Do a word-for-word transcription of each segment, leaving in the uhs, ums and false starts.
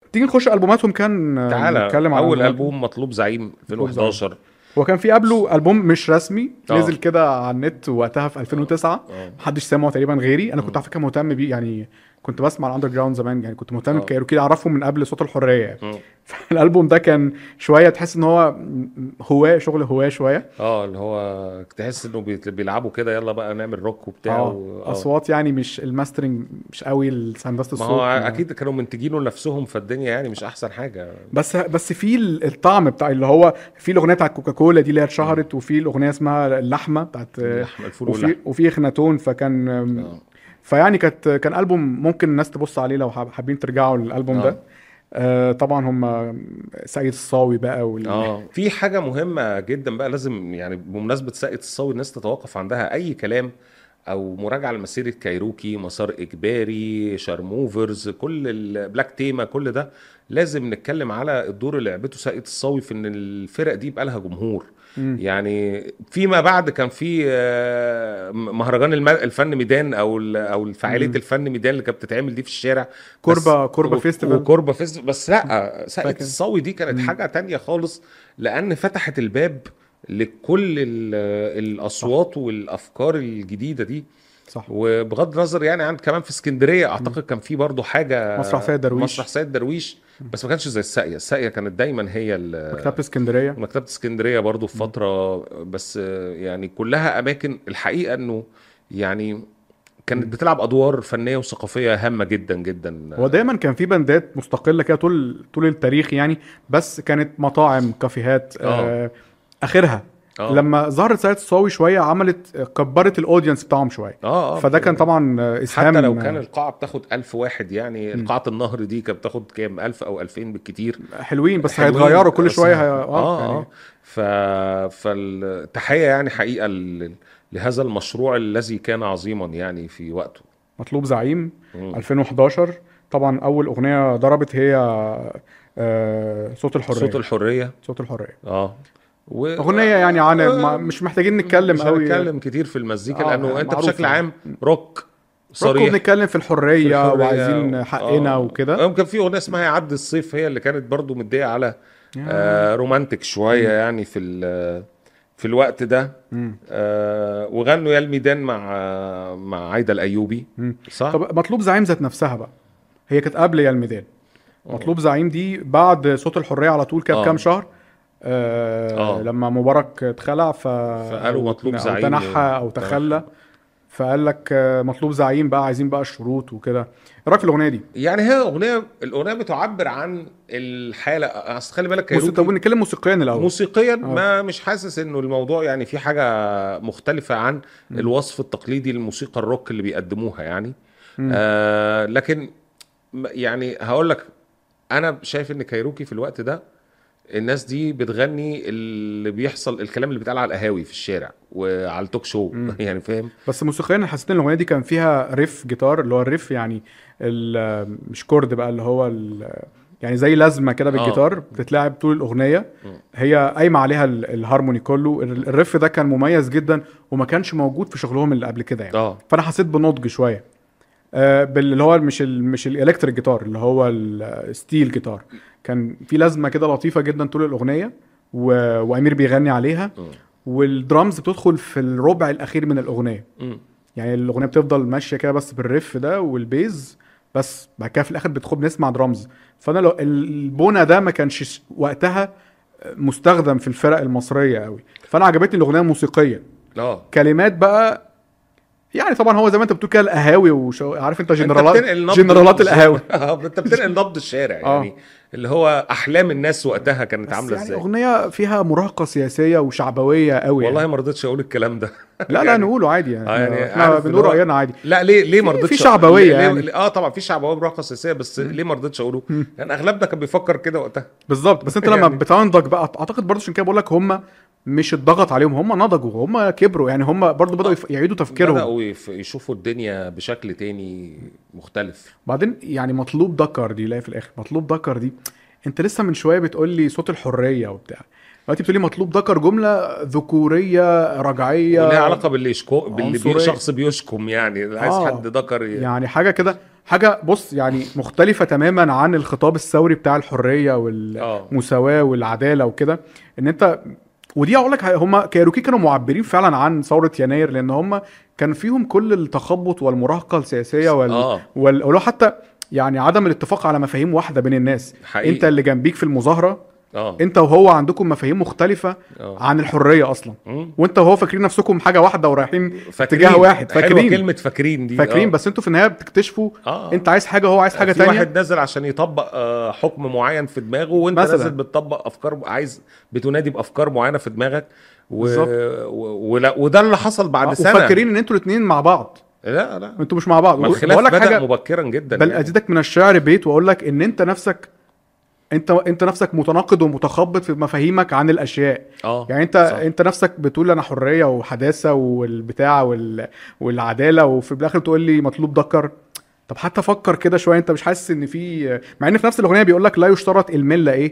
تيجي نخش البوماتهم كان تعالى نتكلم عن اول ألبوماتهم. البوم مطلوب زعيم ألفين وحداشر. هو كان في قبله ألبوم مش رسمي آه. نزل كده على النت وقتها في ألفين وتسعة، آه. محدش سامعه تقريبا غيري. انا كنت على فكره مهتم بيه، يعني كنت بسمع الاندر جراوند زمان، يعني كنت مهتم آه. بكايروكي، اعرفه من قبل صوت الحريه يعني. مم. فالالبوم ده كان شويه تحس ان هو هواه شغل هواه شويه، اه اللي هو تحس انه بيت- بيلعبوا كده يلا بقى نعمل روك وبتاع اه و... آه. اصوات يعني مش الماسترنج مش قوي هندسه ما هو الصوت. اكيد كانوا منتجينه لنفسهم، فالدنيا يعني مش احسن حاجه. بس بس في ال- الطعم بتاع اللي هو في الاغنيه بتاعت كوكاكولا دي اللي هي اتشهرت، وفي الاغنيه اسمها اللحمه بتاعت، اللحمه الفول وفي واللحمه. وفي اخناتون. فكان اه فيعني كانت كان البوم ممكن الناس تبص عليه لو حاب- حابين ترجعوا للالبوم اه ده. آه طبعا هم سيد الصاوي بقى وال... اه في حاجه مهمه جدا بقى لازم يعني بمناسبه ساقية الصاوي الناس تتوقف عندها اي كلام او مراجعه لمسيره كايروكي، مسار اجباري، شارموفرز، كل البلاك تيما، كل ده لازم نتكلم على الدور اللي لعبته ساقية الصاوي في ان الفرق دي يبقى لها جمهور. مم. يعني فيما بعد كان في آه، مهرجان الم- الفن ميدان او ال- او فعاليه مم. الفن ميدان اللي كانت بتتعمل دي في الشارع. بس كوربا كوربا فيستيفال. وكوربا فيستيفال. بس لا، ساقية فاكر. الصاوي دي كانت مم. حاجه تانية خالص، لان فتحت الباب لكل ال- صح الاصوات والافكار الجديده دي. صح. وبغض النظر يعني عن كمان في اسكندريه اعتقد كان في برضو حاجه، مسرح سيد درويش. مسرح سيد درويش، بس ما كانش زي الساقيه. الساقيه كانت دايما هي ال- مكتبة اسكندريه. مكتبه اسكندريه برضو في فتره. بس يعني كلها اماكن الحقيقه انه يعني كانت بتلعب ادوار فنيه وثقافيه هامه جدا جدا. هو دايما كان في باندات مستقله كده طول طول التاريخ يعني، بس كانت مطاعم كافيهات اه آه اخرها. اه لما ظهرت سيد الصاوي شويه عملت كبرت الاودينس بتاعهم شويه. اه اه فده كان طبعا اسهام. حتى لو كان القاعه بتاخد ألف واحد، يعني قاعه النهر دي كانت بتاخد كام، ألف او ألفين بالكتير. حلوين بس حلوين. هيتغيروا كل بس شويه ه- هي... اه اه يعني. اه ف فالتحيه يعني حقيقه ل... لهذا المشروع الذي كان عظيما يعني في وقته. مطلوب زعيم مم. ألفين وحداشر طبعا اول اغنيه ضربت هي آه صوت الحريه. صوت الحريه. صوت الحريه اه و... اغنيه يعني عن ما مش محتاجين نتكلم مش قوي. هنتكلم كتير في المزيكا آه لانه انت معروفة. بشكل عام روك روكو صريح بنتكلم في في الحريه, الحريه. وعايزين حقنا اه وكده. يمكن في اغنيه اسمها يعدي الصيف هي اللي كانت برضو مديه على يا- آه رومانتك شويه يعني في ال... في الوقت ده. مم. آه وغنوا يا الميدان مع مع عايده الايوبي. مم. صح. طب مطلوب زعيم ذات نفسها بقى، هي كانت قبل يا الميدان. مطلوب زعيم دي بعد صوت الحريه على طول كده آه. بكام شهر. آه آه. لما مبارك اتخلع ف فقالوا أو- مطلوب او زعيم تنحى ل- او تخلى، فقال لك آه، مطلوب زعيم بقى، عايزين بقى الشروط وكده. ايه رايك في الاغنيه دي؟ يعني هي اغنيه، الاغنيه بتعبر عن الحاله. اصل خلي بالك موسيقى، طب كايروكي نتكلم موسيقيا الاول. موسيقيا آه. ما مش حاسس انه الموضوع يعني في حاجه مختلفه عن الوصف التقليدي للموسيقى الروك اللي بيقدموها يعني. آه لكن م- يعني هقول لك، انا شايف ان كايروكي في الوقت ده الناس دي بتغني اللي بيحصل، الكلام اللي بيتقال على القهاوي في الشارع وعلى التوك شو يعني فاهم. بس موسيقيا انا حسيت ان الاغنيه دي كان فيها ريف جيتار، اللي هو الريف يعني ال- مش كورد بقى، اللي هو ال- يعني زي لازمه كده بالجيتار بتتلعب طول الاغنيه. هي قايمه عليها ال- الهارموني كله. ال- الريف ده كان مميز جدا وما كانش موجود في شغلهم اللي قبل كده يعني. اه فانا حسيت بنضج شويه آه، بال- اللي هو مش ال مش الالكتريك جيتار، اللي هو الستيل جيتار. كان في لازمه كده لطيفه جدا طول الاغنيه و... وامير بيغني عليها. مم. والدرامز بتدخل في الربع الاخير من الاغنيه. مم. يعني الاغنيه بتفضل ماشيه كده بس بالريف ده والبيز بس، بعد كده في الاخر بتدخل بنسمع درامز. فانا لو البونة ده ما كانش وقتها مستخدم في الفرق المصريه قوي، فانا عجبتني الاغنيه موسيقيا. اه كلمات بقى يعني طبعا هو زي ما انت بتقول كده القهاوي، وشو عارف انت انت جنرالات بتنقل نبض جنرالات القهاوي. اه انت بتنقل نبض الشارع آه. يعني اللي هو احلام الناس وقتها كانت بس عامله يعني ازاي. اغنيه فيها مراهقه سياسيه وشعبويه قوي والله يعني. ما رضيتش اقول الكلام ده. لا لا يعني نقوله عادي يعني, اه يعني احنا عارف اللي بنقول هو راينا عادي. لا ليه ليه ما في- رضيتش في شعبوية ليه يعني. ليه اه طبعا في شعبويه براقه اساسيه، بس ليه ما رضيتش اقوله؟ لان اغلبنا كان بيفكر كده وقتها. بالظبط. بس انت لما يعني. بتنضج بقى اعتقد برضه عشان كده بقول لك هم مش اتضغط عليهم، هم نضجوا، هم كبروا يعني، هم برضه بداوا يف- يعيدوا تفكيرهم. بداوا يف- يشوفوا الدنيا بشكل تاني مختلف. بعدين يعني مطلوب دكر دي، لا في الاخر مطلوب دكر دي، انت لسه من شويه بتقول لي صوت الحريه وبتاع، دلوقتي بتقول لي مطلوب دكر، جمله ذكوريه رجعيه ولها علاقه باللي يشكو باللي بي عنصرية. شخص بيشكم يعني، اللي عايز آه. حد ذكر ي- يعني حاجه كده حاجه بص يعني مختلفه تماما عن الخطاب الثوري بتاع الحريه والمساواه والعداله وكده. ان انت ودي اقول لك هم كايروكي كانوا معبرين فعلا عن ثوره يناير، لان هم كان فيهم كل التخبط والمراهقه السياسيه وال... آه. وال... ولو حتى يعني عدم الاتفاق على مفاهيم واحده بين الناس. حقيقي. انت اللي جنبيك في المظاهره آه. انت وهو عندكم مفاهيم مختلفه آه. عن الحريه اصلا. مم. وانت وهو فاكرين نفسكم حاجه واحده ورايحين فاكرين. اتجاه واحد، فاكرين كلمه فاكرين دي فاكرين آه. بس انتوا في النهايه بتكتشفوا آه. انت عايز حاجه هو عايز حاجه في تانية. واحد نازل عشان يطبق آه، حكم معين في دماغه، وانت مثلاً. نازل بتطبق افكار، عايز بتنادي بافكار معينه في دماغك و... بالظبط. و... ولا... وده اللي حصل بعد آه، سنه. وفاكرين ان انتوا الاثنين مع بعض. لا لا انتوا مش مع بعض. ما الخلاف بقول لك بدأ حاجه مبكرا جدا بل يعني. ازيدك من الشعر بيت واقول لك ان انت نفسك انت انت نفسك متناقض ومتخبط في مفاهيمك عن الاشياء. اه يعني انت صح. انت نفسك بتقول انا حريه وحداثه والبتاع وال... والعداله، وفي الاخر تقول لي مطلوب ذكر. طب حتى فكر كده شويه، انت مش حاسس ان في، مع ان في نفس الاغنيه بيقول لك لا يشترط المله ايه،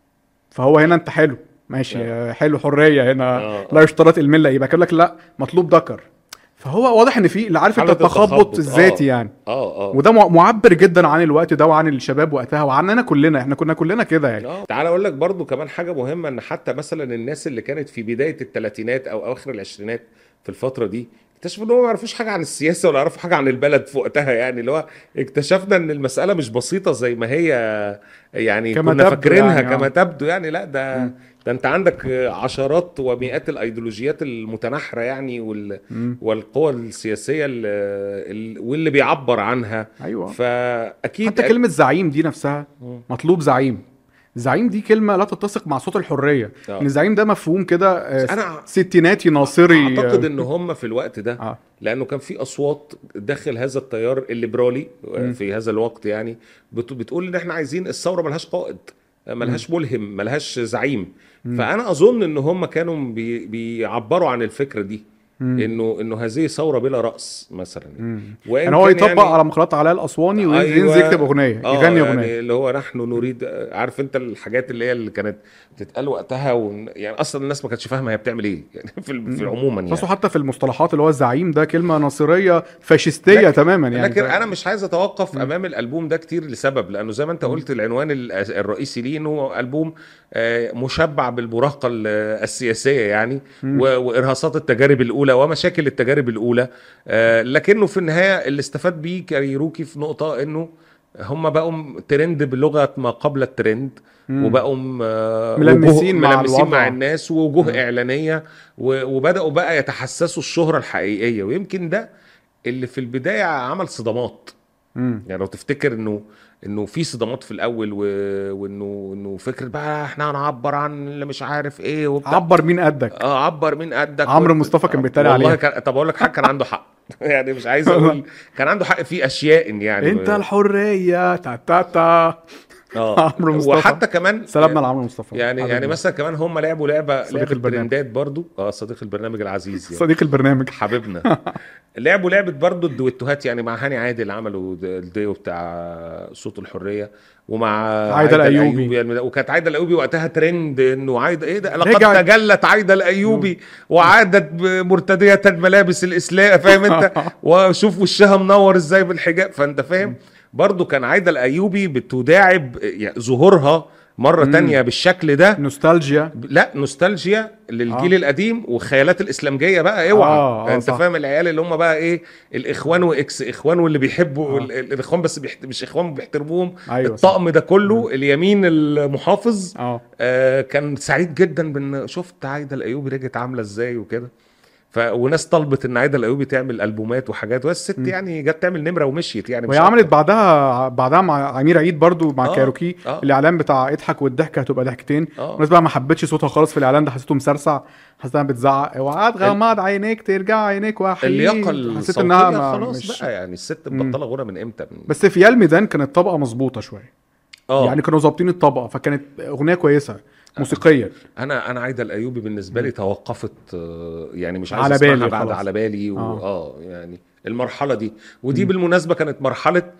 فهو هنا انت حلو ماشي آه. حلو حريه هنا آه. لا يشترط المله ايه، بقول لك لا مطلوب ذكر. فهو واضح ان في اللي عارف انت حالة التخبط التخبط. الذاتي آه. يعني. اه اه وده مع- معبر جدا عن الوقت ده وعن الشباب وقتها وعننا كلنا، احنا كنا كلنا كده يعني. اه تعال اقول لك برضو كمان حاجه مهمه، ان حتى مثلا الناس اللي كانت في بدايه الثلاثينات او اواخر العشرينات في الفتره دي اكتشفوا ان هم ما يعرفوش حاجه عن السياسه ولا يعرفوا حاجه عن البلد في وقتها، يعني اللي هو اكتشفنا ان المساله مش بسيطه زي ما هي يعني كما كنا تبدو فاكرينها يعني، آه. كما تبدو يعني. لا ده مم. ده انت عندك عشرات ومئات الايديولوجيات المتناحره يعني وال مم. والقوى السياسيه اللي واللي بيعبر عنها. ايوه فاكيد حتى كلمه زعيم دي نفسها، مم. مطلوب زعيم. زعيم دي كلمه لا تتسق مع صوت الحريه. آه. ان الزعيم ده مفهوم كده آه، أنا ستيناتي ناصري. اعتقد آه، ان هم في الوقت ده اه لانه كان في اصوات داخل هذا التيار الليبرالي في هذا الوقت يعني بت- بتقول ان احنا عايزين الثوره ملهاش قائد، ملهاش ملهم، ملهاش زعيم. فانا اظن ان هم كانوا بي بيعبروا عن الفكره دي، انه انه هذه ثوره بلا راس مثلا. وإن يعني هو كان يطبق يعني على مقالات علاء الاسواني وينزل أيوة. يكتب اغنيه آه يغني يعني اغنيه. اللي هو نحن نريد، عارف انت الحاجات اللي هي اللي كانت بتتقال وقتها ون... يعني اصلا الناس ما كانتش فاهمه هي بتعمل ايه يعني في ال- في عموما يعني. خاصة حتى في المصطلحات اللي هو الزعيم ده كلمه ناصريه فاشيستيه لكن تماما يعني. لكن انا مش عايز اتوقف امام الالبوم ده كتير لسبب، لانه زي ما انت قلت العنوان ال- الرئيسي ليه انه البوم آه، مشبع بالمراهقه ال- السياسيه يعني و- وارهاصات التجارب الاولى ومشاكل التجارب الاولى. آه، لكنه في النهايه اللي استفاد بيه كايروكي في نقطه انه هم بقوا ترند بلغه ما قبل الترند، وبقوا آه، ملمسين وجوه- مع ملمسين الوضع. مع الناس ووجوه اعلانيه و- وبداوا بقى يتحسسوا الشهره الحقيقيه. ويمكن ده اللي في البدايه عمل صدمات. مم. يعني لو تفتكر انه انه في صدمات في الاول و... وانه انه فكره بقى احنا هنعبر عن اللي مش عارف ايه وبتاع. عبر مين قدك. اه عبر مين قدك. عمرو وت- مصطفى كان بيتريق والله عليها. كان... طب اقول لك حاجه، كان عنده حق يعني مش عايز اقول كان عنده حق في اشياء يعني. انت الحريه تا تا تا. اه عمرو مصطفى. وحتى كمان سلامنا لعمرو مصطفى يعني حبيبي. يعني مثلا كمان هم لعبوا لعبه صديق لعبه البرنامج. ترندات برضو. اه صديق البرنامج العزيز يعني. صديق البرنامج حبيبنا. لعبوا لعبه برضو الدويتوهات يعني مع هاني عادل، عملوا د- الديو بتاع صوت الحريه ومع عايدة الأيوبي. يعني. وكانت عايده الايوبي وقتها ترند انه عايده ايه ده، لقد رجعت. تجلت عايده الايوبي وعادت مرتديه ملابس الاسلام، فاهم انت؟ وشوف وشها منور ازاي بالحجاب، فانت فاهم. برضو كان عايده الايوبي بتداعب يعني ظهورها مرة تانية بالشكل ده. نوستالجيا. لا نوستالجيا للجيل آه. القديم وخيالات الاسلامجيه بقى اوعى. آه، آه، انت صح. فاهم العيال اللي هم بقى ايه الاخوان واكس اخوان واللي بيحبوا آه. ال- ال- الاخوان بس بيحت... مش اخوان بيحترموهم. أيوة، الطقم ده كله اليمين المحافظ اه آه كان سعيد جدا بان شفت عايده الايوبي رجعت عامله ازاي وكده. ف... وناس طلبت ان عايده الايوبي تعمل البومات وحاجات، والست يعني جت تعمل نمره ومشيت يعني. وهي عملت بعدها بعدها مع امير عيد برضو مع آه، كايروكي. آه. الاعلان بتاع اضحك والضحكه هتبقى ضحكتين. آه. الناس بقى ما حبتش صوتها خالص في الاعلان ده، حسيته مسرسع، حسيتها بتزعق وقعد غمض عينيك ترجع عينيك وحيد. اللياقه حسيت انها الصوتيه ما خلاص مش... بقى يعني. الست مبطله غنى من امتى؟ من... بس في يا الميدان كانت طبقه مظبوطه شويه. اه يعني كانوا ظابطين الطبقه، فكانت اغنيه كويسه موسيقيا. انا انا عايده الايوبي بالنسبه لي توقفت آه، يعني مش عايز على اسمعها بالي بعد خلاص. على بالي و... آه. اه يعني المرحله دي. ودي بالمناسبه كانت مرحله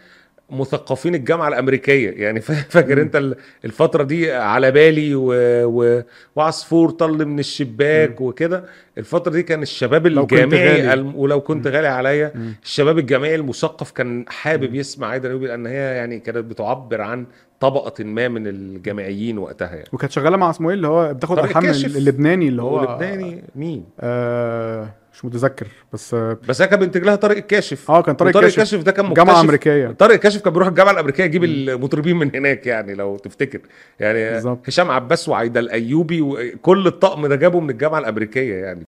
مثقفين الجامعه الامريكيه يعني. فاكر انت الفتره دي على بالي و... و... وعصفور طل من الشباك وكده. الفتره دي كان الشباب الجامعي الم... ولو كنت غالي عليا الشباب الجامعي المثقف كان حابب يسمع عايده الايوبي، لان هي يعني كانت بتعبر عن طبقه ما من الجامعيين وقتها يعني. وكانت شغاله مع اسمه ايه اللي هو بتاخد الحام اللبناني اللي هو اللبناني مين آه مش متذكر بس آه بس هي كانت بينتج لها طارق الكاشف. اه كان طارق الكاشف. الكاشف ده كان جامعه امريكيه. طارق الكاشف كان بيروح الجامعه الامريكيه يجيب المطربين من هناك يعني لو تفتكر يعني بالزبط. هشام عباس وعايده الايوبي وكل الطقم ده جابه من الجامعه الامريكيه يعني.